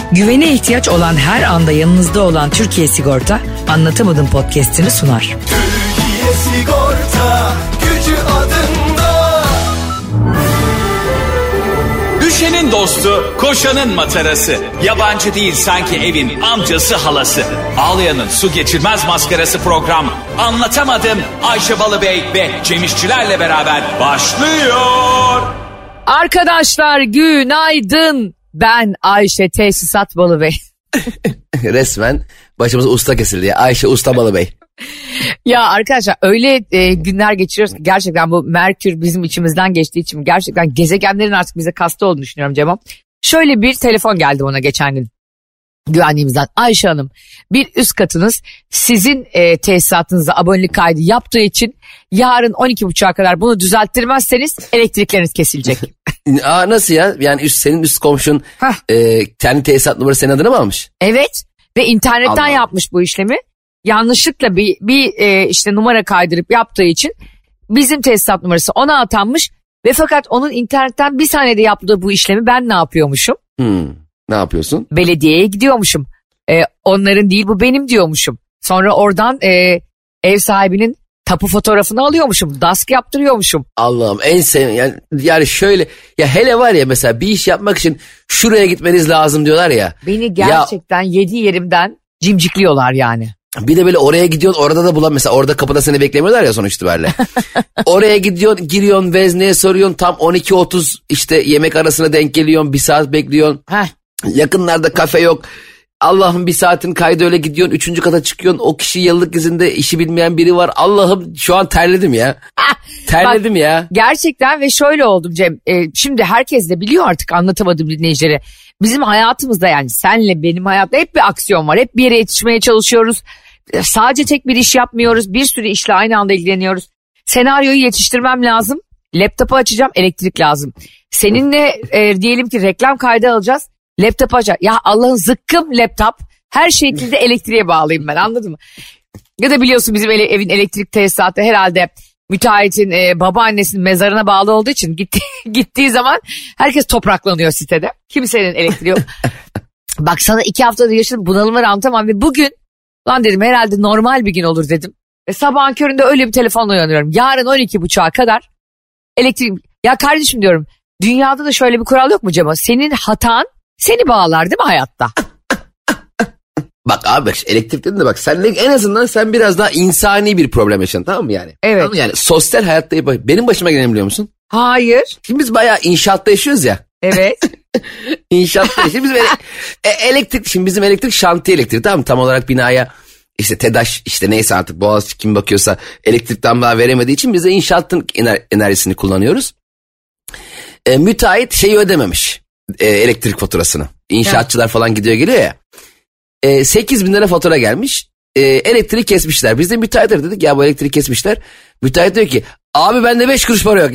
Güvene ihtiyaç olan her anda yanınızda olan Türkiye Sigorta Anlatamadım podcast'ini sunar. Türkiye Sigorta gücü adında. Düşenin dostu, koşanın matarası. Yabancı değil sanki evin amcası halası. Ağlayanın su geçirmez maskarası program. Anlatamadım Ayşe Balıbey ve Cemişçilerle beraber başlıyor. Arkadaşlar günaydın. Ben Ayşe Tesisat Balıbey. Resmen başımıza usta kesildi ya. Ayşe Usta Balıbey. Ya arkadaşlar öyle günler geçiriyoruz ki gerçekten bu Merkür bizim içimizden geçtiği için gerçekten gezegenlerin artık bize kastı olduğunu düşünüyorum Cemam. Şöyle bir telefon geldi ona geçen gün güvenliğimizden. Ayşe Hanım, bir üst katınız sizin tesisatınıza abonelik kaydı yaptığı için yarın 12.30'a kadar bunu düzelttirmezseniz elektrikleriniz kesilecek. Aa, nasıl ya? Yani senin üst komşun kendi tesisat numarası senin adına mı almış? Evet ve internetten Allah. yapmış bu işlemi. Yanlışlıkla bir işte numara kaydırıp yaptığı için bizim tesisat numarası ona atanmış ve fakat onun internetten bir saniyede yaptığı bu işlemi ben ne yapıyormuşum? Ne yapıyorsun? Belediyeye gidiyormuşum. Onların değil bu benim diyormuşum. Sonra oradan ev sahibinin tapu fotoğrafını alıyormuşum. DASK yaptırıyormuşum. Allah'ım en yani şöyle ya, hele var ya mesela bir iş yapmak için şuraya gitmeniz lazım diyorlar ya. Beni gerçekten yedi yerimden cimcikliyorlar yani. Bir de böyle oraya gidiyorsun, orada da mesela orada kapıda seni beklemiyorlar ya sonuç itibariyle. Oraya gidiyorsun, giriyorsun, vezneye soruyorsun, tam 12.30 işte yemek arasına denk geliyorsun, bir saat bekliyorsun. Yakınlarda kafe yok. Allah'ım bir saatin kaydı, öyle gidiyorsun, 3. kata çıkıyorsun, o kişi yıllık izinde, işi bilmeyen biri var. Allah'ım şu an terledim ya. Terledim Bak, ya. Gerçekten ve şöyle oldum Cem. Şimdi herkes de biliyor artık, anlatamadım dinleyicilere. Bizim hayatımızda, yani senle benim hayatta hep bir aksiyon var. Hep bir yere yetişmeye çalışıyoruz. Sadece tek bir iş yapmıyoruz. Bir sürü işle aynı anda ilgileniyoruz. Senaryoyu yetiştirmem lazım. Laptopu açacağım, elektrik lazım. Seninle diyelim ki reklam kaydı alacağız. Laptopu açacağım. Ya Allah'ın zıkkım laptop. Her şekilde elektriğe bağlayayım ben, anladın mı? Ya da biliyorsun bizim evin elektrik tesisatı herhalde müteahhitin babaannesinin mezarına bağlı olduğu için gittiği zaman herkes topraklanıyor sitede. Kimsenin elektriği yok. Bak sana 2 haftadır yaşadım, bunalımları anlatamam ve bugün lan dedim herhalde normal bir gün olur dedim. Ve sabahın köründe öyle bir telefonla uyanıyorum. Yarın 12.30'a kadar elektrik... Ya kardeşim diyorum, dünyada da şöyle bir kural yok mu Cema? Senin hatan seni bağlar değil mi hayatta? Bak abi, elektrik dedin de bak, en azından sen biraz daha insani bir problem yaşadın, tamam mı yani? Evet. Tamam mı? Yani sosyal hayatta benim başıma gelen biliyor musun? Hayır. Şimdi biz bayağı inşaatta yaşıyoruz ya. Evet. İnşaatta yaşıyoruz. Biz elektrik, şimdi bizim elektrik şantiye elektriği, tamam mı? Tam olarak binaya işte TEDAŞ işte neyse artık Boğaziçi kim bakıyorsa elektrik damlağı veremediği için biz de inşaatın enerjisini kullanıyoruz. Müteahhit şeyi ödememiş, elektrik faturasını. İnşaatçılar falan gidiyor geliyor ya. 8.000 lira fatura gelmiş. Elektriği kesmişler. Biz de müteahhite dedik ya, bu elektriği kesmişler. Müteahhit diyor ki abi bende 5 kuruş para yok.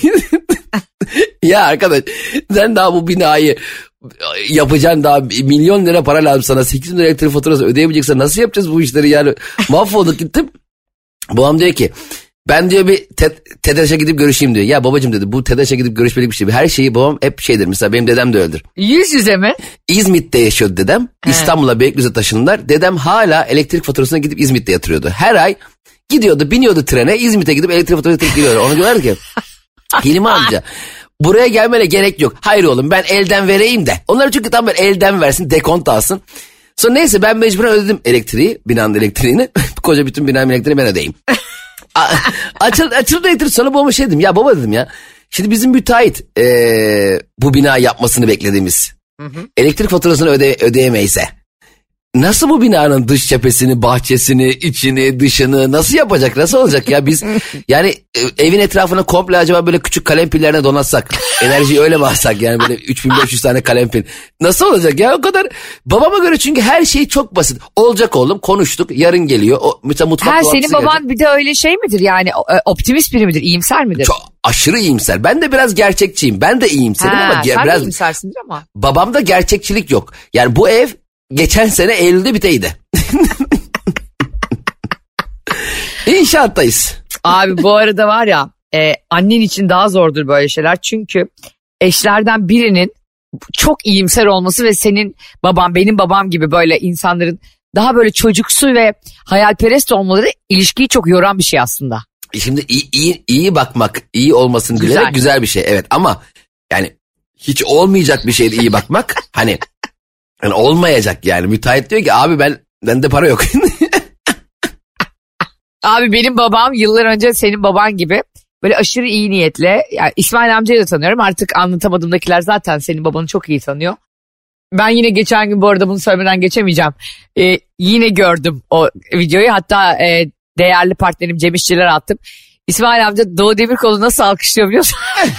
Ya arkadaş, sen daha bu binayı yapacaksın, daha milyon lira para lazım sana. 8.000 lira elektrik faturası ödeyemeyeceksen nasıl yapacağız bu işleri yani? Mahvolduk gittim. Babam diyor ki ben diyor bir TEDAŞ'a gidip görüşeyim diyor. Ya babacığım dedi, bu TEDAŞ'a gidip görüşmelik bir şey. Her şeyi babam hep şeydir. Mesela benim dedem de öyledir. Yüz yüze mi? İzmit'te yaşıyordu dedem. He. İstanbul'a Beylikdüzü'ne taşındılar. Dedem hala elektrik faturasına gidip İzmit'te yatırıyordu. Her ay gidiyordu, biniyordu trene, İzmit'e gidip elektrik faturasını tek geliyordu. Ona diyorlar ki Hilmi amca buraya gelmene gerek yok. Hayır oğlum, ben elden vereyim de. Onlar çünkü tam böyle elden versin, dekont alsın. Sonra neyse ben mecburen ödedim elektriği, binanın elektriğini. Koca bütün binanın elektriğini ben ödeyeyim. Açıldı elektrik, sonra babama şey dedim. Ya baba dedim ya, şimdi bizim müteahhit bu bina yapmasını beklediğimiz elektrik faturasını ödeyemeyse nasıl bu binanın dış cephesini, bahçesini, içini, dışını nasıl yapacak? Nasıl olacak ya? Biz yani evin etrafına komple acaba böyle küçük kalem pillerine donatsak, enerjiyi öyle mi alsak yani, böyle 3500 tane kalem pil. Nasıl olacak ya o kadar? Babama göre çünkü her şey çok basit. Olacak oğlum, konuştuk, yarın geliyor. O mutfak senin baban gelecek. Bir de öyle şey midir yani, optimist biri midir, iyimser midir? Çok aşırı iyimser. Ben de biraz gerçekçiyim. Ben de iyimserim ama sen biraz de iyimsersindir ama. Babamda gerçekçilik yok. Yani bu ev geçen sene Eylül'de biteydi. İnşaattayız. Abi bu arada var ya, annen için daha zordur böyle şeyler. Çünkü eşlerden birinin çok iyimser olması ve senin baban benim babam gibi böyle insanların daha böyle çocuksu ve hayalperest olmaları ilişkiyi çok yoran bir şey aslında. Şimdi iyi bakmak, iyi olmasını dilemek güzel bir şey. Evet ama yani hiç olmayacak bir şeyde iyi bakmak hani olmayacak yani. Müteahhit diyor ki abi bende para yok. Abi benim babam yıllar önce senin baban gibi böyle aşırı iyi niyetle, yani İsmail amcayı da tanıyorum artık, anlatamadığımdakiler zaten senin babanı çok iyi tanıyor. Ben yine geçen gün bu arada bunu söylemeden geçemeyeceğim. Yine gördüm o videoyu, hatta değerli partnerim Cem İşçiler attım. İsmail amca Doğu Demirkol'u nasıl alkışlıyor biliyorsun?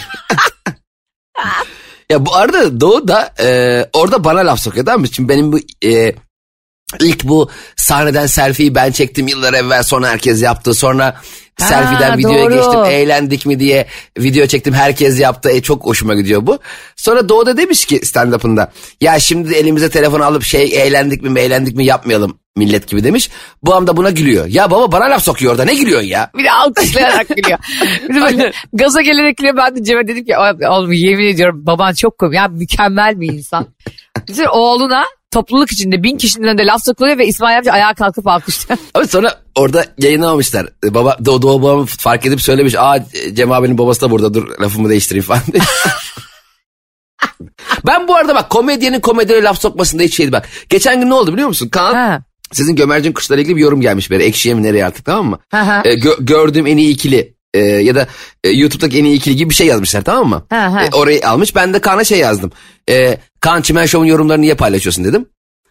Ya bu arada Doğu da orada bana laf sokuyor, tamam mı? Şimdi benim bu ilk bu sahneden selfie'yi ben çektim yıllar evvel, sonra herkes yaptı. Sonra selfie'den videoya geçtim, eğlendik mi diye video çektim, herkes yaptı. Çok hoşuma gidiyor bu. Sonra Doğu da demiş ki stand-up'ında, ya şimdi elimize telefon alıp eğlendik mi yapmayalım millet gibi demiş. Bu anda buna gülüyor. Ya baba bana laf sokuyor orada, ne gülüyorsun ya? Bir de alkışlayarak gülüyor. Bir de böyle gaza gelerek gülüyor. Ben de Cem'e dedim ki oğlum yemin ediyorum baban çok komik. Ya mükemmel bir insan. Bizim oğluna topluluk içinde 1000 kişinin önünde laf sokuluyor ve İsmail amca ayağa kalkıp alkışlıyor. Ama sonra orada yayınlamamışlar. Doğu babam fark edip söylemiş. Cem abinin babası da burada, dur lafımı değiştireyim falan. Ben bu arada bak komedyenin komedyene laf sokmasında hiç şeydi bak. Geçen gün ne oldu biliyor musun? Kaan, sizin Gömercin Kuşlar'la ilgili bir yorum gelmiş böyle. Ekşiye mi nereye artık, tamam mı? Gördüğüm en iyi ikili ya da YouTube'daki en iyi ikili gibi bir şey yazmışlar, tamam mı? Orayı almış. Ben de Kaan'a yazdım. Kaan Çimen Show'un yorumlarını niye paylaşıyorsun dedim.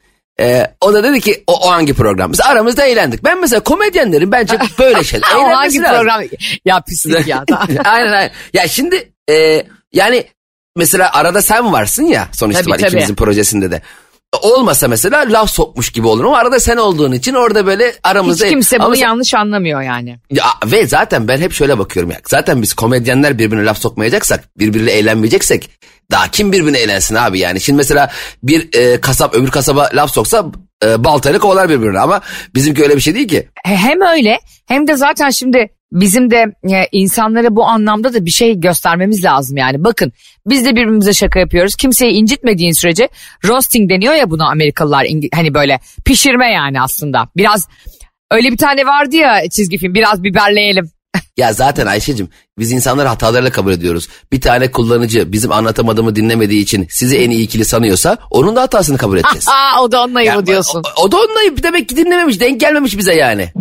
O da dedi ki o hangi program? Biz aramızda eğlendik. Ben mesela komedyenlerin bence böyle şeyler. O hangi lazım. Program? Ya pislik ya. Aynen. Ya şimdi yani mesela arada sen varsın ya sonuç itibariyle ikimizin projesinde de. Olmasa mesela laf sokmuş gibi olur ama arada sen olduğun için orada böyle aramızda... Hiç kimse bunu yanlış anlamıyor yani. Ya, ve zaten ben hep şöyle bakıyorum ya. Zaten biz komedyenler birbirine laf sokmayacaksak, birbiriyle eğlenmeyeceksek daha kim birbirine eğlensin abi yani. Şimdi mesela bir kasap öbür kasaba laf soksa baltayla kovalar birbirini ama bizimki öyle bir şey değil ki. Hem öyle hem de zaten şimdi bizim de insanlara bu anlamda da bir şey göstermemiz lazım yani. Bakın biz de birbirimize şaka yapıyoruz. Kimseyi incitmediğin sürece roasting deniyor ya buna Amerikalılar, hani böyle pişirme yani aslında. Biraz öyle bir tane vardı ya çizgi film, biraz biberleyelim. Ya zaten Ayşe'cim biz insanları hatalarıyla kabul ediyoruz. Bir tane kullanıcı bizim anlatamadığımı dinlemediği için sizi en iyi ikili sanıyorsa onun da hatasını kabul edeceğiz. O da onun ayıbı diyorsun. O da onun ayıbı, demek ki dinlememiş, denk gelmemiş bize yani.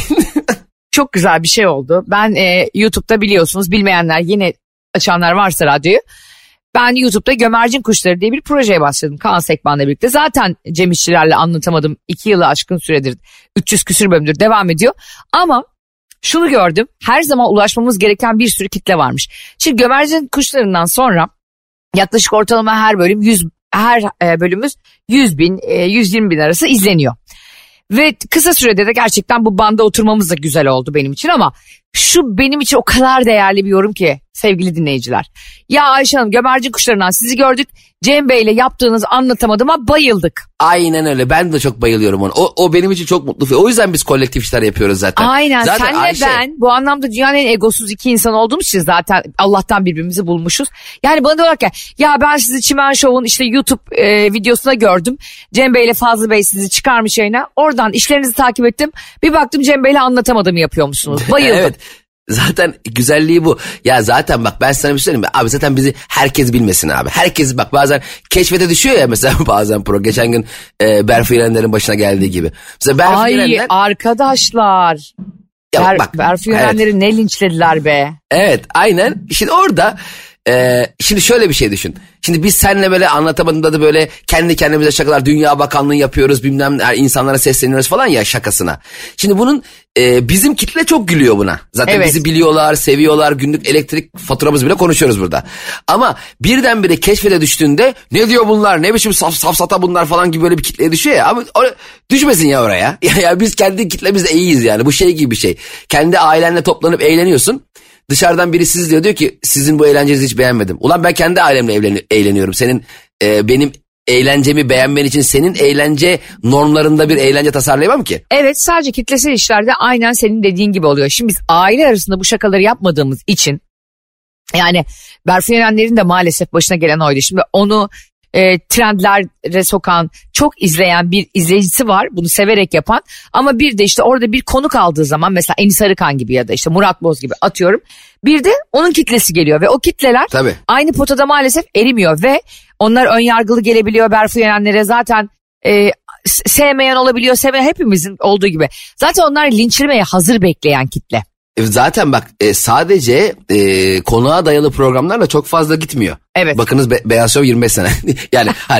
Çok güzel bir şey oldu. Ben YouTube'da biliyorsunuz, bilmeyenler yine açanlar varsa radyoyu. Ben YouTube'da Gömercin Kuşları diye bir projeye başladım Kaan Sekban'la birlikte. Zaten Cem İşçilerle anlatamadım. 2 yılı aşkın süredir, 300 küsür bölümdür devam ediyor. Ama şunu gördüm, her zaman ulaşmamız gereken bir sürü kitle varmış. Şimdi Gömercin Kuşları'ndan sonra yaklaşık ortalama her bölümümüz 100 bin, 120 bin arası izleniyor. Ve kısa sürede de gerçekten bu banda oturmamız da güzel oldu benim için ama şu benim için o kadar değerli bir yorum ki sevgili dinleyiciler. Ya Ayşe Hanım, Gömercin Kuşları'ndan sizi gördük. Cem Bey'le yaptığınız anlatamadığıma bayıldık. Aynen öyle, ben de çok bayılıyorum ona. O benim için çok mutlu. O yüzden biz kolektif işler yapıyoruz zaten. Aynen, zaten senle Ayşe... ben bu anlamda dünyanın en egosuz iki insan olduğumuz için zaten Allah'tan birbirimizi bulmuşuz. Yani bana diyorlar ki ya ben sizi Çimen Show'un işte YouTube videosuna gördüm. Cem Bey'le Fazlı Bey sizi çıkarmış yayına. Oradan işlerinizi takip ettim. Bir baktım Cem Bey'le anlatamadığımı yapıyormuşsunuz. Bayıldım. Evet. Zaten güzelliği bu. Ya zaten bak ben sana bir şey söyleyeyim mi? Abi zaten bizi herkes bilmesin abi. Herkes bak bazen keşfete düşüyor ya mesela bazen geçen gün Berfu İrenler'in başına geldiği gibi. Mesela Berfu İrenler... arkadaşlar. Berfu İrenler'i ne linçlediler be. Evet aynen. Şimdi orada şimdi şöyle bir şey düşün. Şimdi biz seninle böyle anlatamadığımda da böyle kendi kendimize şakalar, Dünya Bakanlığı yapıyoruz, bilmem insanlara sesleniyoruz falan ya şakasına. Şimdi bunun bizim kitle çok gülüyor buna. Zaten bizi biliyorlar, seviyorlar, günlük elektrik faturamız bile konuşuyoruz burada. Ama birdenbire keşfete düştüğünde ne diyor bunlar, ne biçim safsata bunlar falan gibi böyle bir kitleye düşüyor ya. Ama düşmesin ya oraya. Ya biz kendi kitlemizde iyiyiz yani, bu şey gibi bir şey. Kendi ailenle toplanıp eğleniyorsun. Dışarıdan biri siz diyor ki sizin bu eğlencenizi hiç beğenmedim. Ulan ben kendi ailemle eğleniyorum. Senin benim eğlencemi beğenmen için senin eğlence normlarında bir eğlence tasarlayamam ki. Evet, sadece kitlesel işlerde aynen senin dediğin gibi oluyor. Şimdi biz aile arasında bu şakaları yapmadığımız için yani Berfu İrenler'in de maalesef başına gelen oydu. Şimdi onu trendlere sokan, çok izleyen bir izleyicisi var. Bunu severek yapan. Ama bir de işte orada bir konuk aldığı zaman mesela Enis Arıkan gibi ya da işte Murat Boz gibi atıyorum. Bir de onun kitlesi geliyor ve o kitleler Tabii. aynı potada maalesef erimiyor ve onlar önyargılı gelebiliyor Berfu Yenenlere zaten sevmeyen olabiliyor, seven hepimizin olduğu gibi. Zaten onlar linçlemeye hazır bekleyen kitle. Zaten bak sadece konuğa dayalı programlarla çok fazla gitmiyor. Evet. Bakınız Beyaz Show 25 sene. Yani hani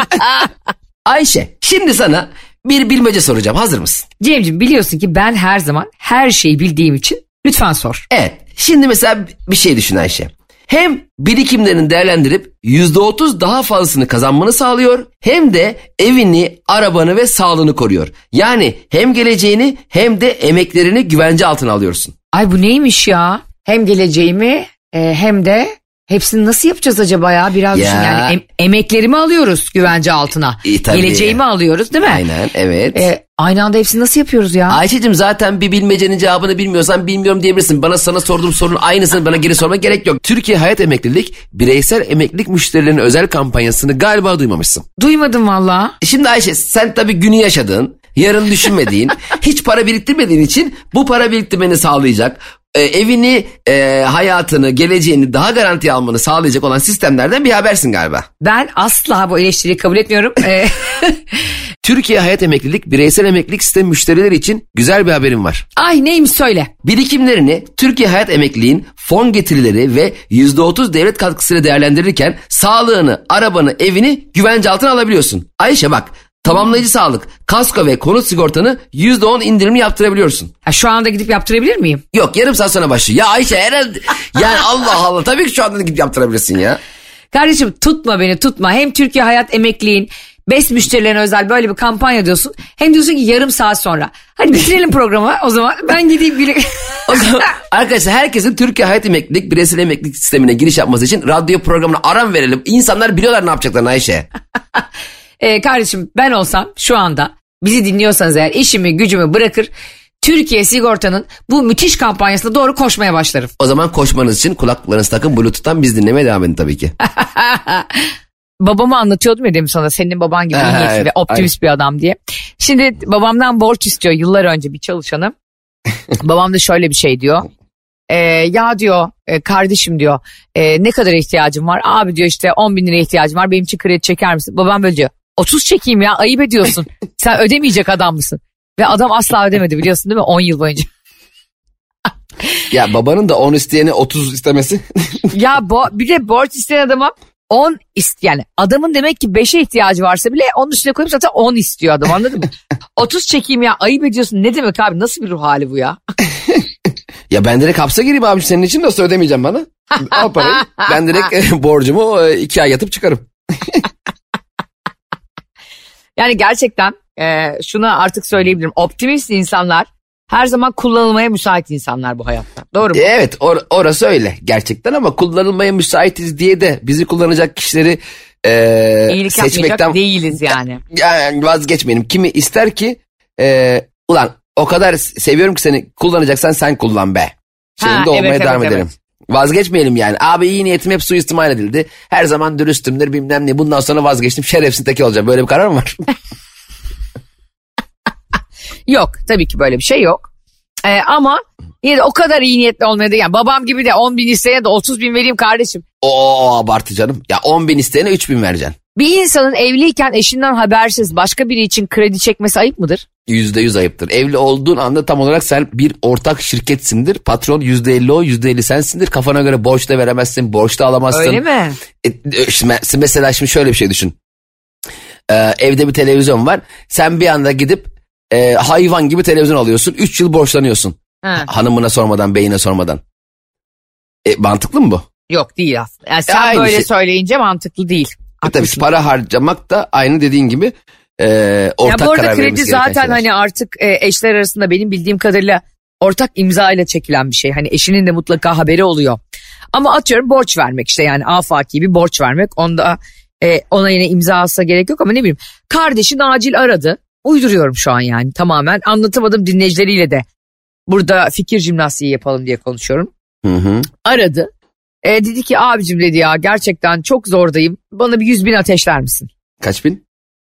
Ayşe şimdi sana bir bilmece soracağım, hazır mısın? Cemciğim biliyorsun ki ben her zaman her şeyi bildiğim için lütfen sor. Evet. Şimdi mesela bir şey düşün Ayşe. Hem birikimlerini değerlendirip %30 daha fazlasını kazanmanı sağlıyor, hem de evini, arabanı ve sağlığını koruyor. Yani hem geleceğini hem de emeklerini güvence altına alıyorsun. Ay bu neymiş ya? Hem geleceğimi hem de hepsini nasıl yapacağız acaba ya? Biraz Ya. düşün yani emeklerimi alıyoruz güvence altına. Tabii. Geleceğimi alıyoruz değil mi? Aynen, evet. Aynı anda hepsini nasıl yapıyoruz ya? Ayşe'cim zaten bir bilmecenin cevabını bilmiyorsan bilmiyorum diyebilirsin. Sana sorduğum sorunun aynısını bana geri sorma gerek yok. Türkiye Hayat Emeklilik bireysel emeklilik müşterilerinin özel kampanyasını galiba duymamışsın. Duymadım valla. Şimdi Ayşe sen tabii günü yaşadığın, yarın düşünmediğin, hiç para biriktirmediğin için bu para biriktirmeni sağlayacak, evini, hayatını, geleceğini daha garantiye almanı sağlayacak olan sistemlerden bir habersin galiba. Ben asla bu eleştiriyi kabul etmiyorum. Türkiye Hayat Emeklilik bireysel emeklilik sistemi müşterileri için güzel bir haberim var. Ay neymiş söyle. Birikimlerini Türkiye Hayat Emekliliğin fon getirileri ve %30 devlet katkısıyla değerlendirirken sağlığını, arabanı, evini güvence altına alabiliyorsun. Ayşe bak, tamamlayıcı sağlık, kasko ve konut sigortanı %10 indirimli yaptırabiliyorsun. Ha, şu anda gidip yaptırabilir miyim? Yok, yarım saat sonra başlıyor. Ya Ayşe herhalde yani Allah Allah, tabii ki şu anda gidip yaptırabilirsin ya. Kardeşim tutma beni tutma. Hem Türkiye Hayat Emekliliğin BES müşterilerine özel böyle bir kampanya diyorsun. Hem diyorsun ki yarım saat sonra. Hadi bitirelim programı o zaman. Ben gideyim güle. O zaman arkadaşlar herkesin Türkiye Hayat Emeklilik bireysel emeklilik sistemine giriş yapması için radyo programına aram verelim. İnsanlar biliyorlar ne yapacaklarını Ayşe. Kardeşim ben olsam şu anda bizi dinliyorsanız eğer işimi gücümü bırakır Türkiye Sigorta'nın bu müthiş kampanyasına doğru koşmaya başlarım. O zaman koşmanız için kulaklıklarınızı takın, Bluetooth'tan biz dinlemeye devam edin tabii ki. Babamı anlatıyordum ya demin sana, senin baban gibi iyi niyetli evet, ve optimist bir adam diye. Şimdi babamdan borç istiyor yıllar önce bir çalışanı. Babam da şöyle bir şey diyor. Ya diyor kardeşim diyor ne kadar ihtiyacım var? Abi diyor işte 10 bin liraya ihtiyacım var, benim için kredi çeker misin? Babam böyle diyor 30 çekeyim ya, ayıp ediyorsun. Sen ödemeyecek adam mısın? Ve adam asla ödemedi biliyorsun değil mi 10 yıl boyunca. Ya babanın da 10 isteyeni 30 istemesi. Ya bir de borç isteyen adama 10 yani adamın demek ki 5'e ihtiyacı varsa bile onun üstüne koyup zaten 10 istiyor adam, anladın mı? 30 çekeyim ya, ayıp ediyorsun, ne demek abi, nasıl bir ruh hali bu ya? Ya ben direkt hapse gireyim abi senin için, nasıl ödemeyeceğim bana? Al parayı, ben direkt borcumu 2 ay yatıp çıkarım. Yani gerçekten şunu artık söyleyebilirim, optimist insanlar her zaman kullanılmaya müsait insanlar bu hayatta. Doğru mu? Evet orası öyle gerçekten, ama kullanılmaya müsaitiz diye de bizi kullanacak kişileri İyilik seçmekten yapmayacak değiliz yani. Yani vazgeçmeyelim. Kimi ister ki ulan o kadar seviyorum ki seni, kullanacaksan sen kullan be şeyinde olmaya devam edelim. Evet. Vazgeçmeyelim yani. Abi iyi niyetim hep suistimal edildi. Her zaman dürüstümdür bilmem ne. Bundan sonra vazgeçtim. Şerefsiz teki olacağım. Böyle bir karar mı var? Yok tabii ki böyle bir şey yok. Ama yine de o kadar iyi niyetli olmaya da, yani babam gibi de 10 bin isteyene de 30 bin vereyim kardeşim. Oo abartı canım. Ya 10 bin isteyene 3 bin vereceksin. Bir insanın evliyken eşinden habersiz başka biri için kredi çekmesi ayıp mıdır? %100 ayıptır. Evli olduğun anda tam olarak sen bir ortak şirketsindir. Patron %50 o, %50 sensindir. Kafana göre borç da veremezsin, borç da alamazsın. Öyle mi? Mesela şimdi şöyle bir şey düşün. Evde bir televizyon var. Sen bir anda gidip hayvan gibi televizyon alıyorsun. 3 yıl borçlanıyorsun. Hanımına sormadan, beyine sormadan. Mantıklı mı bu? Yok değil aslında. Yani sen böyle söyleyince mantıklı değil. Tabii para harcamak da aynı dediğin gibi ortak ya bu arada karar kredi vermesi gereken zaten şeyler. hani artık eşler arasında benim bildiğim kadarıyla ortak imza ile çekilen bir şey. Hani eşinin de mutlaka haberi oluyor. Ama atıyorum borç vermek, işte yani afaki bir borç vermek, onda ona yine imza alsa gerek yok ama ne bileyim. Kardeşin acil aradı. Uyduruyorum şu an yani, tamamen anlatamadım, dinleyicileriyle de burada fikir jimnastiği yapalım diye konuşuyorum. Hı. Aradı. Dedi ki abicim dedi ya gerçekten çok zordayım. Bana bir 100.000 ateşler misin? Kaç bin?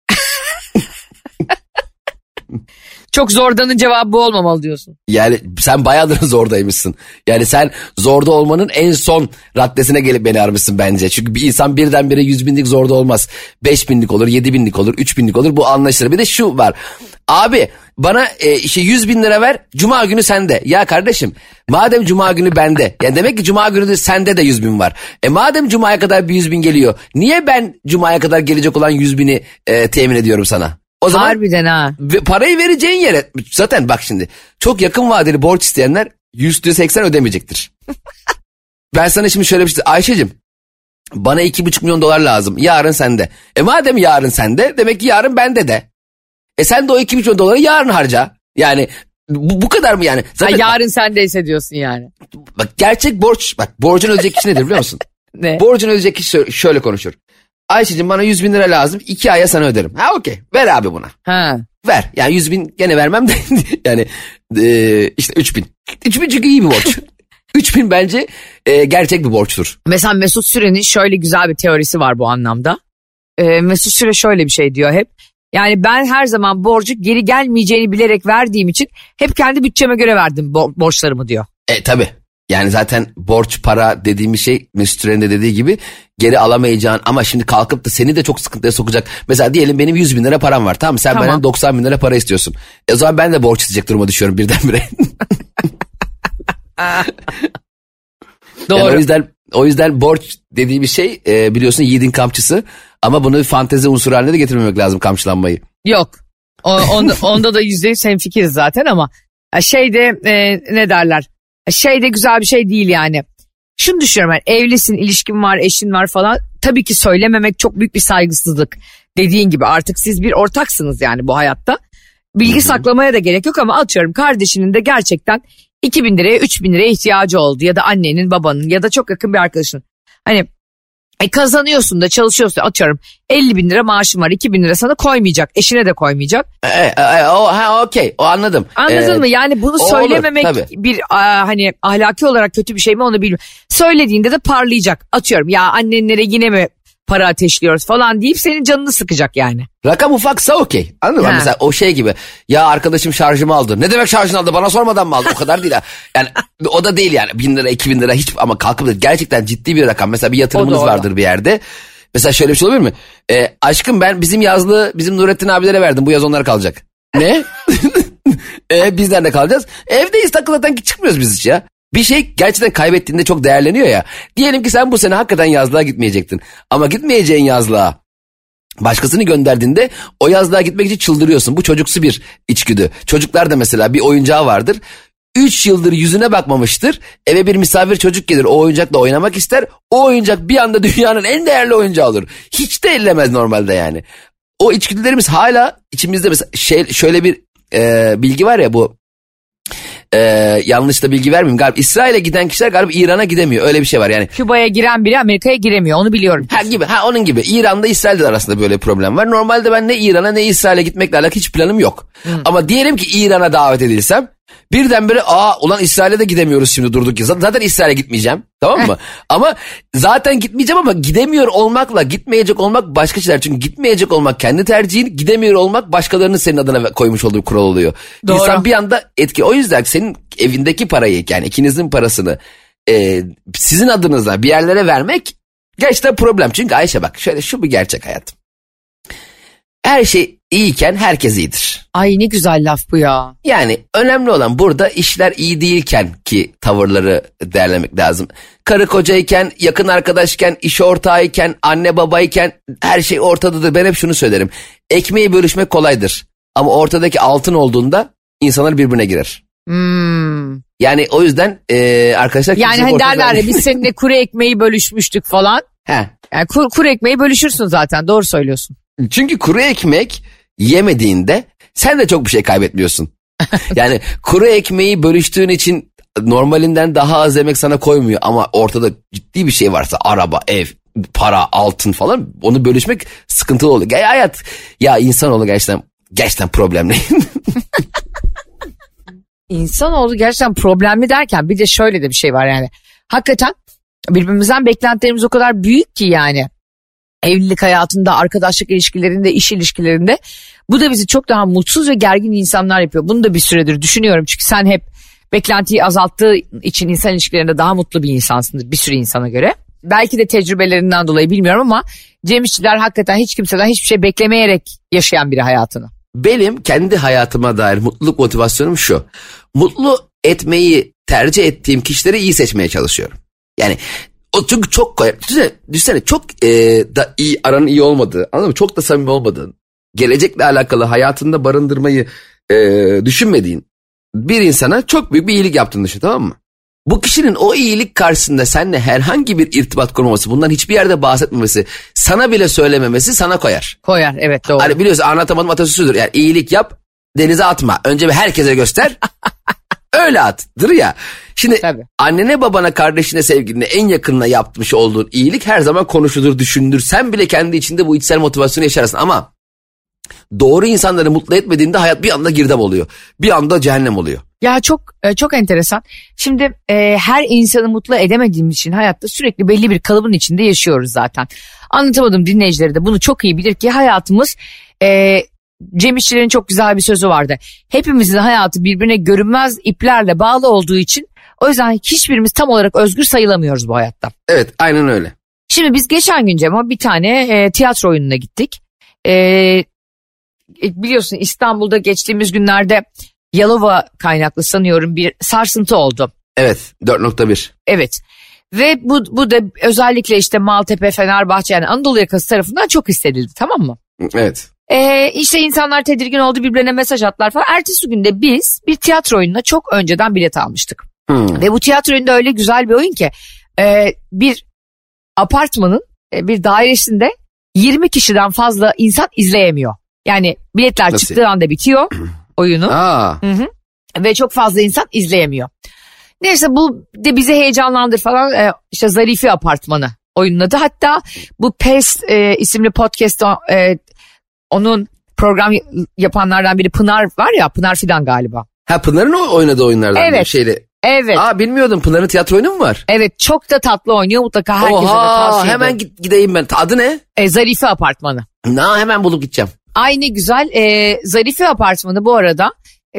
Çok zordanın cevabı bu olmamalı diyorsun. Yani sen bayağıdır zordaymışsın. Yani sen zorda olmanın en son raddesine gelip beni aramışsın bence. Çünkü bir insan birdenbire 100.000'lik zorda olmaz. 5.000'lik olur, 7.000'lik olur, 3.000'lik olur, bu anlaşılır. Bir de şu var. Abi bana işte 100.000 lira ver, cuma günü sende. Ya kardeşim madem cuma günü bende, yani demek ki cuma günü de sende de 100.000 var. Madem cumaya kadar bir 100.000 geliyor, niye ben cumaya kadar gelecek olan 100.000'i temin ediyorum sana? O zaman harbiden ha. Parayı vereceğin yere zaten bak şimdi çok yakın vadeli borç isteyenler %80 ödemeyecektir. Ben sana şimdi şöyle bir şey, Ayşe'cim bana 2,5 milyon dolar lazım, yarın sende. Madem yarın sende, demek ki yarın bende de. Sen de o 2,5 milyon doları yarın harca. Yani bu kadar mı yani? Zaten, yarın sendeyse diyorsun yani. Bak gerçek borç, bak borcun ödeyecek kişi nedir biliyor musun? Ne? Borcun ödeyecek kişi şöyle konuşur. Ayşe'cim bana 100.000 lira lazım, 2 aya sana öderim. Ha okey, ver abi buna. Ha. Ver yani 100.000 gene vermem de yani işte 3.000. 3.000 çünkü iyi bir borç. 3.000 bence gerçek bir borçtur. Mesela Mesut Süren'in şöyle güzel bir teorisi var bu anlamda. Mesut Süre şöyle bir şey diyor hep. Yani ben her zaman borcu geri gelmeyeceğini bilerek verdiğim için hep kendi bütçeme göre verdim borçlarımı diyor. Tabii. Yani zaten borç para dediğimiz şey Mesut Süren'in de dediği gibi geri alamayacağın, ama şimdi kalkıp da seni de çok sıkıntıya sokacak. Mesela diyelim benim 100.000 lira param var, tamam mı? Sen benden 90.000 lira para istiyorsun. O zaman ben de borç isteyecek duruma düşüyorum birdenbire. Doğru. Yani o yüzden borç dediğimiz şey biliyorsun yiğidin kamçısı, ama bunu bir fantezi unsuru haline de getirmemek lazım kamçılanmayı. Yok. Onda da %100 hemfikiriz zaten ama şeyde ne derler? Şeyde güzel bir şey değil yani. Şunu düşünüyorum, yani evlisin, ilişkin var, eşin var falan. Tabii ki söylememek çok büyük bir saygısızlık. Dediğin gibi artık siz bir ortaksınız yani bu hayatta. Bilgi saklamaya da gerek yok ama atıyorum kardeşinin de gerçekten 2.000 liraya 3.000 liraya ihtiyacı oldu. Ya da annenin, babanın ya da çok yakın bir arkadaşın. Hani kazanıyorsun da çalışıyorsun, atıyorum 50.000 lira maaşın var, 2.000 lira sana koymayacak, eşine de koymayacak. Okey, o anladım. Anladın mı? Yani bunu söylememek olur, bir hani ahlaki olarak kötü bir şey mi onu bilmiyorum. Söylediğinde de parlayacak, atıyorum ya annenlere yine mi para ateşliyoruz falan deyip senin canını sıkacak yani. Rakam ufaksa okey, anladın mı? Mesela o şey gibi, ya arkadaşım şarjımı aldı. Ne demek şarjını aldı, bana sormadan mı aldı? O kadar değil ha. Yani o da değil yani 1.000 lira 2.000 lira hiç, ama kalkıp da gerçekten ciddi bir rakam. Mesela bir yatırımınız vardır bir yerde. Mesela şöyle bir şey olabilir mi? Aşkım ben bizim Nurettin abilere verdim, bu yaz onlara kalacak. Ne? Biz nerede kalacağız? Evdeyiz, takılatan ki çıkmıyoruz biz hiç ya. Bir şey gerçekten kaybettiğinde çok değerleniyor ya. Diyelim ki sen bu sene hakikaten yazlığa gitmeyecektin. Ama gitmeyeceğin yazlığa başkasını gönderdiğinde o yazlığa gitmek için çıldırıyorsun. Bu çocuksu bir içgüdü. Çocuklar da mesela bir oyuncağı vardır. 3 yıldır yüzüne bakmamıştır. Eve bir misafir çocuk gelir, o oyuncakla oynamak ister. O oyuncak bir anda dünyanın en değerli oyuncağı olur. Hiç de ellemez normalde yani. O içgüdülerimiz hala içimizde. Mesela şöyle bir bilgi var ya, bu yanlış da bilgi vermeyeyim. Galiba İsrail'e giden kişiler galiba İran'a gidemiyor. Öyle bir şey var yani. Küba'ya giren biri Amerika'ya giremiyor, onu biliyorum. Onun gibi. İran'da İsrail'de arasında böyle bir problem var. Normalde ben ne İran'a ne İsrail'e gitmekle alakalı hiç planım yok. Ama diyelim ki İran'a davet edilsem, birdenbire ulan İsrail'e de gidemiyoruz şimdi durduk ya. Zaten İsrail'e gitmeyeceğim, tamam mı? Ama zaten gitmeyeceğim, ama gidemiyor olmakla gitmeyecek olmak başka şeyler. Çünkü gitmeyecek olmak kendi tercihin, gidemiyor olmak başkalarının senin adına koymuş olduğu kural oluyor. Doğru. İnsan bir anda etki. O yüzden senin evindeki parayı, yani ikinizin parasını sizin adınıza bir yerlere vermek gerçekten problem. Çünkü Ayşe bak, şöyle şu bir gerçek hayatım. Her şey iyiyken herkes iyidir. Ay ne güzel laf bu ya. Yani önemli olan burada işler iyi değilken ki tavırları değerlemek lazım. Karı kocayken, yakın arkadaşken, iş ortağıyken, anne babayken her şey ortadadır. Ben hep şunu söylerim. Ekmeği bölüşmek kolaydır. Ama ortadaki altın olduğunda insanlar birbirine girer. Yani o yüzden arkadaşlar... Yani hani derler ya, biz seninle kuru ekmeği bölüşmüştük falan. Yani kuru ekmeği bölüşürsün zaten, doğru söylüyorsun. Çünkü kuru ekmek yemediğinde sen de çok bir şey kaybetmiyorsun. Yani kuru ekmeği bölüştüğün için normalinden daha az yemek sana koymuyor, ama ortada ciddi bir şey varsa, araba, ev, para, altın falan, onu bölüşmek sıkıntılı oluyor. Hayat ya, insanoğlu gerçekten problemli. İnsanoğlu gerçekten problemli derken bir de şöyle de bir şey var yani. Hakikaten Birbirimizden beklentilerimiz o kadar büyük ki yani. Evlilik hayatında, arkadaşlık ilişkilerinde, iş ilişkilerinde. Bu da bizi çok daha mutsuz ve gergin insanlar yapıyor. Bunu da bir süredir düşünüyorum. Çünkü sen hep beklentiyi azalttığı için insan ilişkilerinde daha mutlu bir insansındır bir sürü insana göre. Belki de tecrübelerinden dolayı bilmiyorum ama Cem İşçiler hakikaten hiç kimseden hiçbir şey beklemeyerek yaşayan biri hayatını. Benim kendi hayatıma dair mutluluk motivasyonum şu. Mutlu etmeyi tercih ettiğim kişileri iyi seçmeye çalışıyorum. Yani o çünkü çok düşünsene çok da iyi, aranın iyi olmadığı, anladın mı? Çok da samimi olmadığın, gelecekle alakalı hayatında barındırmayı düşünmediğin bir insana çok büyük bir iyilik yaptığını düşün, tamam mı? Bu kişinin o iyilik karşısında seninle herhangi bir irtibat kurmaması, bundan hiçbir yerde bahsetmemesi, sana bile söylememesi sana koyar. Koyar, evet, doğru. Hani biliyorsun, anlatamadım atasözüdür. Yani iyilik yap, denize atma. Önce bir herkese göster. Öyle attır ya. Şimdi Tabii. Annene, babana, kardeşine, sevgiline, en yakınına yapmış olduğun iyilik her zaman konuşulur, düşünülür. Sen bile kendi içinde bu içsel motivasyonu yaşarsın ama doğru insanları mutlu etmediğinde hayat bir anda girdap oluyor. Bir anda cehennem oluyor. Ya çok enteresan. Şimdi her insanı mutlu edemediğimiz için hayatta sürekli belli bir kalıbın içinde yaşıyoruz zaten. Anlatamadım, dinleyicileri de bunu çok iyi bilir ki hayatımız... Cem İşçilerin çok güzel bir sözü vardı. Hepimizin hayatı birbirine görünmez iplerle bağlı olduğu için o yüzden hiçbirimiz tam olarak özgür sayılamıyoruz bu hayatta. Evet, aynen öyle. Şimdi biz geçen gün Cem'e bir tane tiyatro oyununa gittik. Biliyorsun İstanbul'da geçtiğimiz günlerde Yalova kaynaklı sanıyorum bir sarsıntı oldu. Evet, 4.1. Evet. Ve bu da özellikle işte Maltepe, Fenerbahçe, yani Anadolu yakası tarafından çok hissedildi, tamam mı? Evet. İşte insanlar tedirgin oldu, birbirlerine mesaj attılar falan. Ertesi günde biz bir tiyatro oyununa çok önceden bilet almıştık. Ve bu tiyatro oyunda öyle güzel bir oyun ki bir apartmanın bir dairesinde 20 kişiden fazla insan izleyemiyor. Yani biletler Nasıl? çıktığı anda bitiyor oyunu. Hı. Ve çok fazla insan izleyemiyor. Neyse bu de bizi heyecanlandır falan. İşte Zarife Apartmanı oyunun adı. Hatta bu PES isimli podcast onun program yapanlardan biri Pınar var ya, Pınar Fidan galiba. Ha, Pınar'ın oynadığı oyunlardan Evet. bir şeyle. Evet. Bilmiyordum, Pınar'ın tiyatro oyunu mu var? Evet, çok da tatlı oynuyor, mutlaka herkese de tavsiye hemen ederim. gideyim ben. Adı ne? Zarife Apartmanı. Hemen bulup gideceğim. Ay ne güzel. Zarife Apartmanı bu arada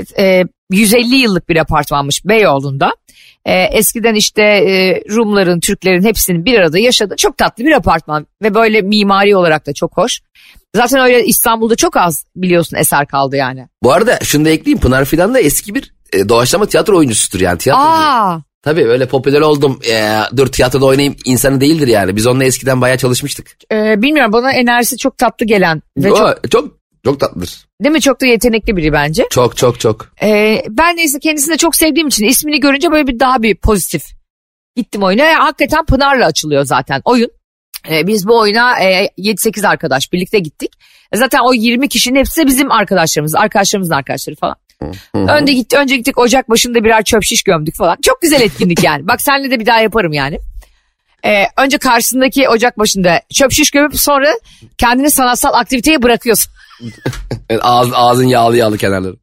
150 yıllık bir apartmanmış Beyoğlu'nda. Eskiden işte Rumların, Türklerin hepsinin bir arada yaşadığı çok tatlı bir apartman. Ve böyle mimari olarak da çok hoş. Zaten öyle İstanbul'da çok az biliyorsun eser kaldı yani. Bu arada şunu da ekleyeyim, Pınar Fidan da eski bir doğaçlama tiyatro oyuncusudur yani. Tabii öyle popüler oldum, dur tiyatroda oynayayım insanı değildir yani. Biz onunla eskiden bayağı çalışmıştık. Bilmiyorum, bana enerjisi çok tatlı gelen. Ve çok tatlıdır. Değil mi? Çok da yetenekli biri bence. Çok. Ben neyse kendisini de çok sevdiğim için ismini görünce böyle daha bir pozitif gittim oyuna. Hakikaten Pınar'la açılıyor zaten oyun. Biz bu oyuna 7-8 arkadaş birlikte gittik. Zaten o 20 kişinin hepsi de bizim arkadaşlarımız, arkadaşlarımızın arkadaşları falan. Önce gittik ocak başında birer çöp şiş gömdük falan. Çok güzel etkinlik yani. Bak seninle de bir daha yaparım yani. Önce karşısındaki ocak başında çöp şiş gömüp sonra kendini sanatsal aktiviteye bırakıyorsun. Evet, ağzın yağlı kenarları.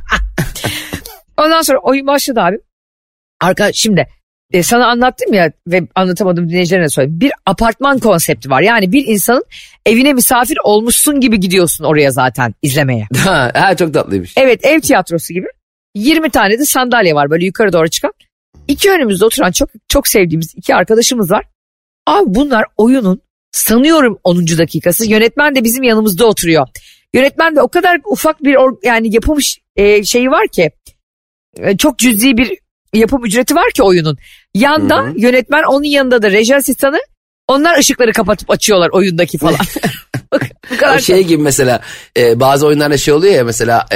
Ondan sonra oyun başladı abi. Şimdi sana anlattım ya ve anlatamadım, dinleyicilerine söyleyeyim. Bir apartman konsepti var. Yani bir insanın evine misafir olmuşsun gibi gidiyorsun oraya zaten izlemeye. Çok tatlıymış. Evet, ev tiyatrosu gibi. 20 tane de sandalye var böyle yukarı doğru çıkan. İki önümüzde oturan çok sevdiğimiz iki arkadaşımız var. Abi bunlar oyunun sanıyorum 10. dakikası. Yönetmen de bizim yanımızda oturuyor. Yönetmen de o kadar ufak bir yani yapılmış şeyi var ki. Çok cüzi bir yapım ücreti var ki oyunun. Yanda yönetmen, onun yanında da reji asistanı. Onlar ışıkları kapatıp açıyorlar oyundaki falan. Bu kadar o şey gibi mesela bazı oyunlarda şey oluyor ya mesela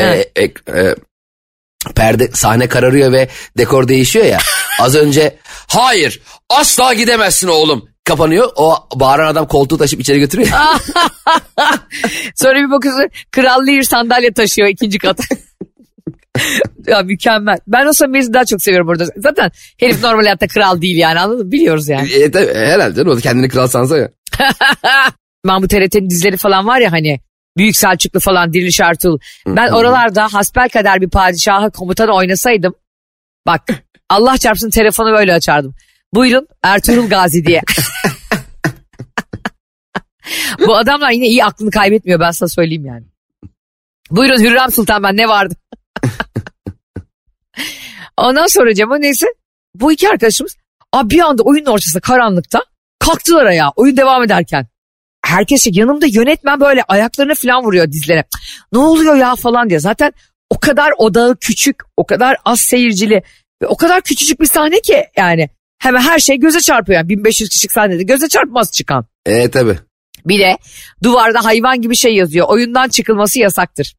perde, sahne kararıyor ve dekor değişiyor ya. Az önce hayır asla gidemezsin oğlum kapanıyor. O bağıran adam koltuğu taşıp içeri götürüyor. Sonra bir bakıyorsun Kral Lear sandalye taşıyor 2. kata. Ya mükemmel. Ben o samimiyeti daha çok seviyorum burada. Zaten herif normal hayatta kral değil yani, anladın mı? Biliyoruz yani. Tabii, herhalde o kendini kral sansa ya. Ben bu TRT'nin dizileri falan var ya hani Büyük Selçuklu falan, Diriliş Ertuğrul. Ben oralarda hasbelkader bir padişahı komutanı oynasaydım bak Allah çarpsın telefonu böyle açardım. Buyurun Ertuğrul Gazi diye. Bu adamlar yine iyi aklını kaybetmiyor, ben sana söyleyeyim yani. Buyurun Hürrem Sultan, ben ne vardı? Ondan sonra Cemo neyse bu iki arkadaşımız bir anda oyunun ortasında karanlıkta kalktılar ayağa oyun devam ederken. Herkes yanımda yönetmen böyle ayaklarını falan vuruyor dizlerine. Ne oluyor ya falan diye. Zaten o kadar odağı küçük, o kadar az seyircili ve o kadar küçücük bir sahne ki yani hemen her şey göze çarpıyor. Yani 1500 kişilik sahnede göze çarpmaz çıkan. Tabii. Bir de duvarda hayvan gibi şey yazıyor. Oyundan çıkılması yasaktır.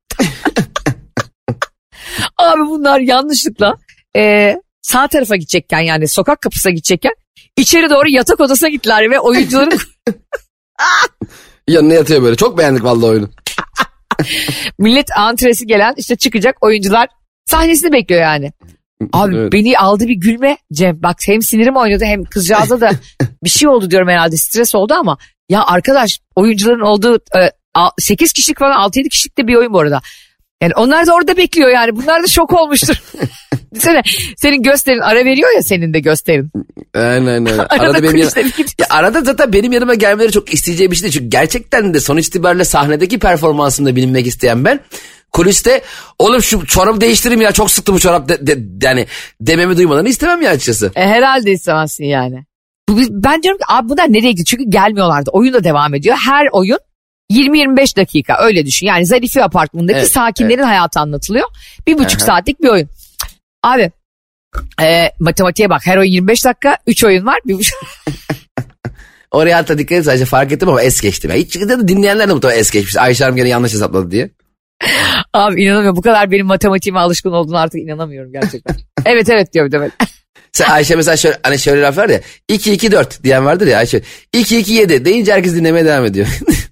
Abi bunlar yanlışlıkla sağ tarafa gidecekken yani sokak kapısına gidecekken içeri doğru yatak odasına gittiler ve oyuncuların yanına yatıyor böyle. Çok beğendik vallahi oyunu. Millet antresi gelen işte çıkacak oyuncular sahnesini bekliyor yani. Abi evet. Beni aldı bir gülme Cem. Bak hem sinirim oynadı hem kızcağıza da bir şey oldu diyorum herhalde, stres oldu ama ya arkadaş oyuncuların olduğu 8 kişilik falan 6-7 kişilik de bir oyun bu arada. Yani onlar da orada bekliyor yani. Bunlar da şok olmuştur. Senin gösterin ara veriyor ya, senin de gösterin. Aynen. Arada zaten benim yanıma gelmeleri çok isteyeceği bir şey değil. Çünkü gerçekten de sonuç itibariyle sahnedeki performansımda bilinmek isteyen ben. Kuliste oğlum şu çorabı değiştireyim ya, çok sıktı bu çorap yani dememi duymalarını istemem ya açıkçası. Herhalde istemezsin yani. Ben diyorum ki abi bunlar nereye gidiyor? Çünkü gelmiyorlardı. Oyun da devam ediyor. Her oyun 20-25 dakika öyle düşün. Yani Zarife Apartmanı'ndaki sakinlerin hayatı anlatılıyor. 1,5 saatlik bir oyun. Abi matematiğe bak, her oyun 25 dakika 3 oyun var 1,5. Oraya hatta dikkat et, sadece fark ettim ama es geçtim. Hiç dinleyenler de mutlaka es geçmiş. Ayşe Hanım gene yanlış hesapladı diye. Abi inanamıyorum, bu kadar benim matematiğime alışkın olduğunu artık inanamıyorum gerçekten. evet diyor bir de böyle. Sen Ayşe mesela şöyle laf var ya, 2-2-4 diyen vardır ya Ayşe. 2-2-7 deyince herkes dinlemeye devam ediyor.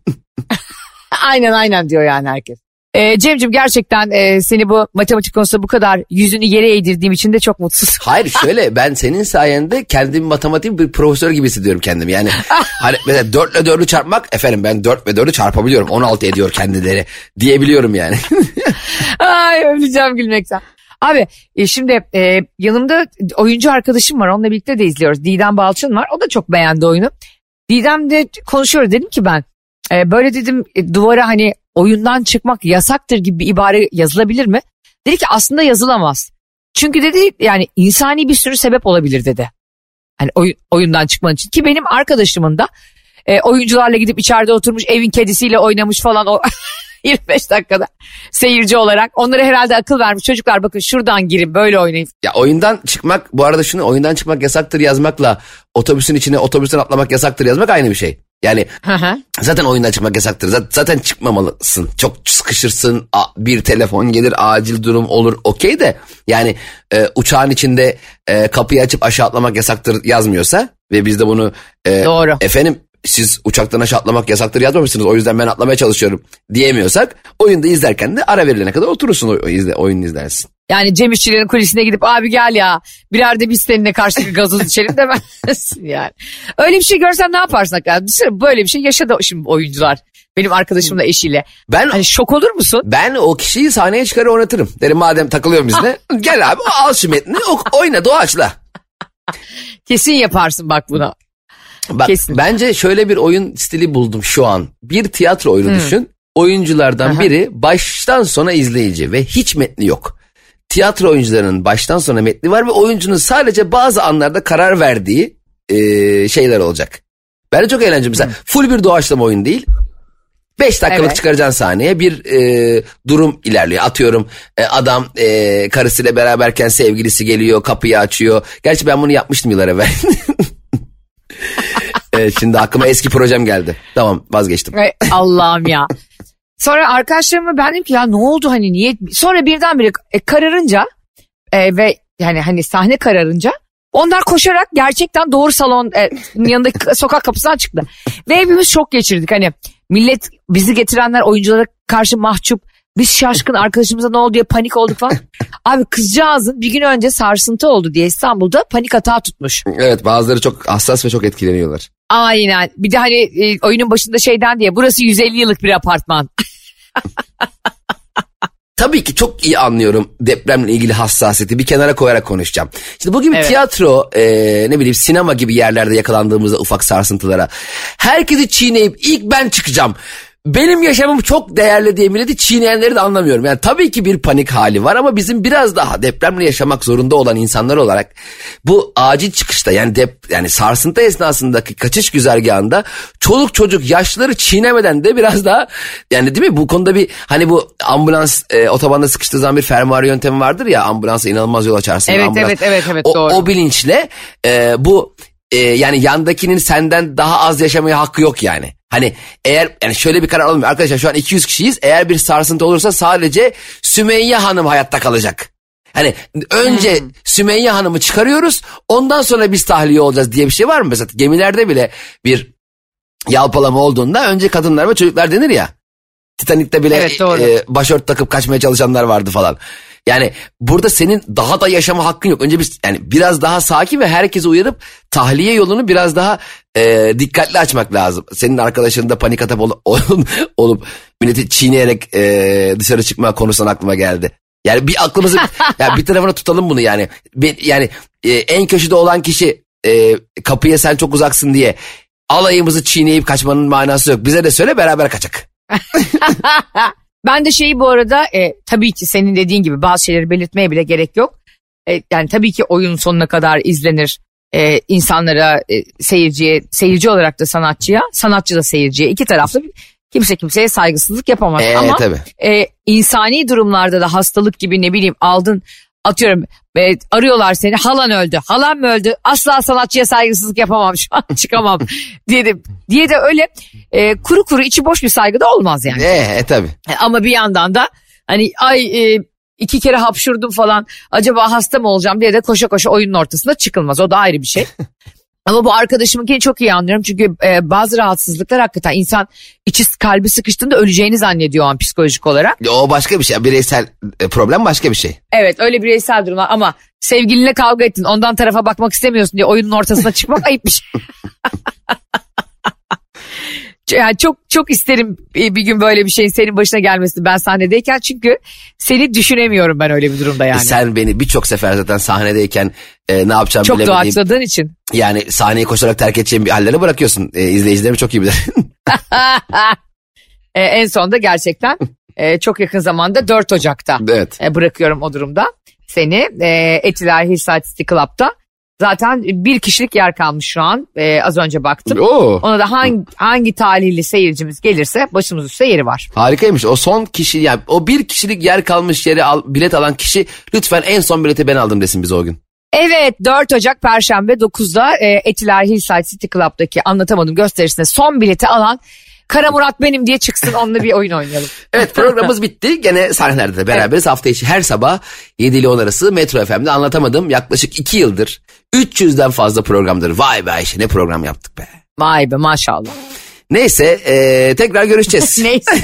Aynen diyor yani herkes. Cem'cim gerçekten seni bu matematik konusunda bu kadar yüzünü yere eğdirdiğim için de çok mutsuz. Hayır şöyle, ben senin sayende kendimi matematiğin bir profesör gibi hissediyorum kendimi. Yani hani mesela 4 ile 4'ü çarpmak, efendim ben 4 ve 4'ü çarpabiliyorum, 16 ediyor kendileri diyebiliyorum yani. Ay öleceğim gülmekten. Abi şimdi yanımda oyuncu arkadaşım var, onunla birlikte de izliyoruz. Didem Balçın var, o da çok beğendi oyunu. Didem'le konuşuyoruz, dedim ki ben böyle dedim duvara hani oyundan çıkmak yasaktır gibi bir ibare yazılabilir mi? Dedi ki aslında yazılamaz. Çünkü dedi yani insani bir sürü sebep olabilir dedi. Hani oyundan çıkman için. Ki benim arkadaşımın da oyuncularla gidip içeride oturmuş evin kedisiyle oynamış falan o 25 dakikada seyirci olarak. Onlara herhalde akıl vermiş. Çocuklar bakın şuradan girin böyle oynayın. Ya oyundan çıkmak, bu arada şunu, oyundan çıkmak yasaktır yazmakla otobüsün içine otobüsten atlamak yasaktır yazmak aynı bir şey. Yani zaten oyundan çıkmak yasaktır. Zaten çıkmamalısın. Çok sıkışırsın. Bir telefon gelir, acil durum olur. Okey de yani uçağın içinde kapıyı açıp aşağı atlamak yasaktır yazmıyorsa ve biz de bunu doğru. Efendim siz uçaktan aşağı atlamak yasaktır yazmamışsınız, o yüzden ben atlamaya çalışıyorum diyemiyorsak, oyunda izlerken de ara verilene kadar oturursun oyunu izlersin. Yani Cem İşçilerin kulisine gidip abi gel ya birer de biz seninle karşılıklı gazoz içelim demezsin yani. Öyle bir şey görsen ne yaparsın? Yani böyle bir şey yaşadı şimdi oyuncular. Benim arkadaşımla eşiyle. Hani şok olur musun? Ben o kişiyi sahneye çıkarı oynatırım. Derim madem takılıyorum bizle. Gel abi al şu metni oyna doğaçla. Kesin yaparsın bak buna. Bak, bence şöyle bir oyun stili buldum şu an. Bir tiyatro oyunu düşün. Oyunculardan biri baştan sona izleyici ve hiç metni yok. Tiyatro oyuncularının baştan sona metni var ve oyuncunun sadece bazı anlarda karar verdiği şeyler olacak. Bence çok eğlenceli. Mesela full bir doğaçlama oyun değil. 5 dakikalık çıkaracaksın sahneye bir durum ilerliyor. Atıyorum adam karısıyla beraberken sevgilisi geliyor, kapıyı açıyor. Gerçi ben bunu yapmıştım yıllar evvel. Şimdi aklıma eski projem geldi. Tamam, vazgeçtim. Allah'ım ya. Sonra arkadaşlarıma ben dedim ki ya ne oldu hani niye? Sonra birdenbire kararınca ve yani hani sahne kararınca onlar koşarak gerçekten doğru salonun yanındaki sokak kapısından çıktı. Ve hepimiz şok geçirdik. Hani millet, bizi getirenler oyunculara karşı mahcup. Biz şaşkın, arkadaşımıza ne oldu diye panik olduk falan. Abi kızcağızın bir gün önce sarsıntı oldu diye İstanbul'da panik atağı tutmuş. Evet, bazıları çok hassas ve çok etkileniyorlar. Aynen. Bir de hani oyunun başında şeyden diye burası 150 yıllık bir apartman. Tabii tabii ki çok iyi anlıyorum depremle ilgili hassasiyeti, bir kenara koyarak konuşacağım. İşte bu gibi tiyatro, ne bileyim sinema gibi yerlerde yakalandığımızda ufak sarsıntılara herkesi çiğneyip ilk ben çıkacağım, benim yaşamım çok değerli diye milleti çiğneyenleri de anlamıyorum. Yani tabii ki bir panik hali var ama bizim biraz daha depremle yaşamak zorunda olan insanlar olarak bu acil çıkışta yani sarsıntı esnasındaki kaçış güzergahında çoluk çocuk yaşlıları çiğnemeden de biraz daha, yani değil mi, bu konuda bir hani bu ambulans otobanda sıkıştığı zaman bir fermuarı yöntemi vardır ya, ambulansa inanılmaz yol açarsın. Evet doğru. O bilinçle bu yani yandakinin senden daha az yaşamaya hakkı yok yani. Hani eğer yani şöyle bir karar alınmıyor. Arkadaşlar şu an 200 kişiyiz. Eğer bir sarsıntı olursa sadece Sümeyye Hanım hayatta kalacak. Hani önce Sümeyye Hanım'ı çıkarıyoruz. Ondan sonra biz tahliye olacağız diye bir şey var mı? Mesela gemilerde bile bir yalpalama olduğunda önce kadınlar ve çocuklar denir ya. Titanik'te bile başört takıp kaçmaya çalışanlar vardı falan. Yani burada senin daha da yaşama hakkın yok. Önce biraz daha sakin ve herkesi uyarıp tahliye yolunu biraz daha dikkatli açmak lazım. Senin arkadaşının da panik atak olup milleti çiğneyerek dışarı çıkma konusundan aklıma geldi. Yani bir aklımızı yani bir tarafına tutalım bunu yani. Yani en köşede olan kişi kapıya sen çok uzaksın diye alayımızı çiğneyip kaçmanın manası yok. Bize de söyle, beraber kaçak. Ben de bu arada tabii ki senin dediğin gibi bazı şeyleri belirtmeye bile gerek yok. Yani tabii ki oyun sonuna kadar izlenir. İnsanlara, seyirci olarak da sanatçıya, sanatçı da seyirciye, iki taraflı kimse kimseye saygısızlık yapamaz. Ama insani durumlarda da hastalık gibi, ne bileyim, aldın atıyorum arıyorlar seni, halan öldü, halan mı öldü, asla sanatçıya saygısızlık yapamam, şu an çıkamam diye de öyle kuru kuru içi boş bir saygı da olmaz yani. Tabii. Ama bir yandan da hani 2 kere hapşurdum falan, acaba hasta mı olacağım diye de koşa koşa oyunun ortasında çıkılmaz, o da ayrı bir şey. Ama bu arkadaşımınkini çok iyi anlıyorum çünkü bazı rahatsızlıklar hakikaten insan kalbi sıkıştığında öleceğini zannediyor o an psikolojik olarak. O başka bir şey, bireysel problem başka bir şey. Evet, öyle bireysel durumlar ama sevgilinle kavga ettin, ondan tarafa bakmak istemiyorsun diye oyunun ortasına çıkmak ayıp bir şey. Yani çok isterim bir gün böyle bir şeyin senin başına gelmesini ben sahnedeyken, çünkü seni düşünemiyorum ben öyle bir durumda yani. Sen beni birçok sefer zaten sahnedeyken ne yapacağımı çok bilemediğim. Çok doğaçladığın için. Yani sahneyi koşarak terk edeceğim bir hallere bırakıyorsun. İzleyicilerimi çok iyi bilir. En sonunda gerçekten çok yakın zamanda 4 Ocak'ta bırakıyorum o durumda seni. Etiler Hillside City Club'da. Zaten 1 kişilik yer kalmış şu an. Az önce baktım. Ona da hangi talihli seyircimiz gelirse başımız üstte yeri var. Harikaymış. O son kişi, yani o 1 kişilik yer kalmış yere bilet alan kişi lütfen en son bileti ben aldım desin bize o gün. Evet, 4 Ocak Perşembe 9'da Etiler Hillside City Club'daki Anlatamadım gösterisine son bileti alan Kara Murat benim diye çıksın, onunla bir oyun oynayalım. Evet, programımız bitti. Gene sahnelerde de beraberiz. Hafta içi her sabah 7 ile 10 arası Metro FM'de Anlatamadım. Yaklaşık 2 yıldır 300'den fazla programdır. Vay be Ayşe, ne program yaptık be. Vay be, maşallah. Neyse tekrar görüşeceğiz. Neyse.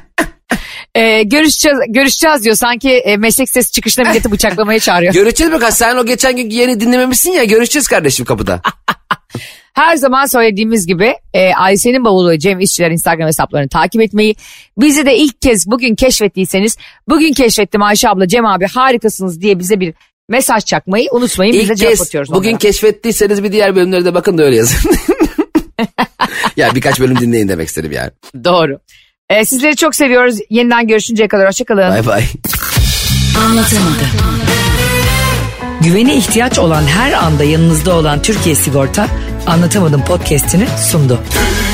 Görüşeceğiz diyor. Sanki meslek sesi çıkışına milleti bıçaklamaya çağırıyor. Görüşeceğiz bakalım. Sen o geçen gün yeni dinlememişsin ya. Görüşeceğiz kardeşim kapıda. Her zaman söylediğimiz gibi Ayşe'nin bavulu ve Cem İşçiler Instagram hesaplarını takip etmeyi, bizi de ilk kez bugün keşfettiyseniz, bugün keşfettim Ayşe abla, Cem abi harikasınız diye bize bir mesaj çakmayı unutmayın. Biz de cevap atıyoruz onlara. Bugün keşfettiyseniz bir diğer bölümlere de bakın da öyle yazın. Ya birkaç bölüm dinleyin demek istedim yani. Doğru. Sizleri çok seviyoruz. Yeniden görüşünceye kadar hoşçakalın. Bay bay. Anlatamadım. Güvene ihtiyaç olan her anda yanınızda olan Türkiye Sigorta Anlatamadım podcast'ini sundu.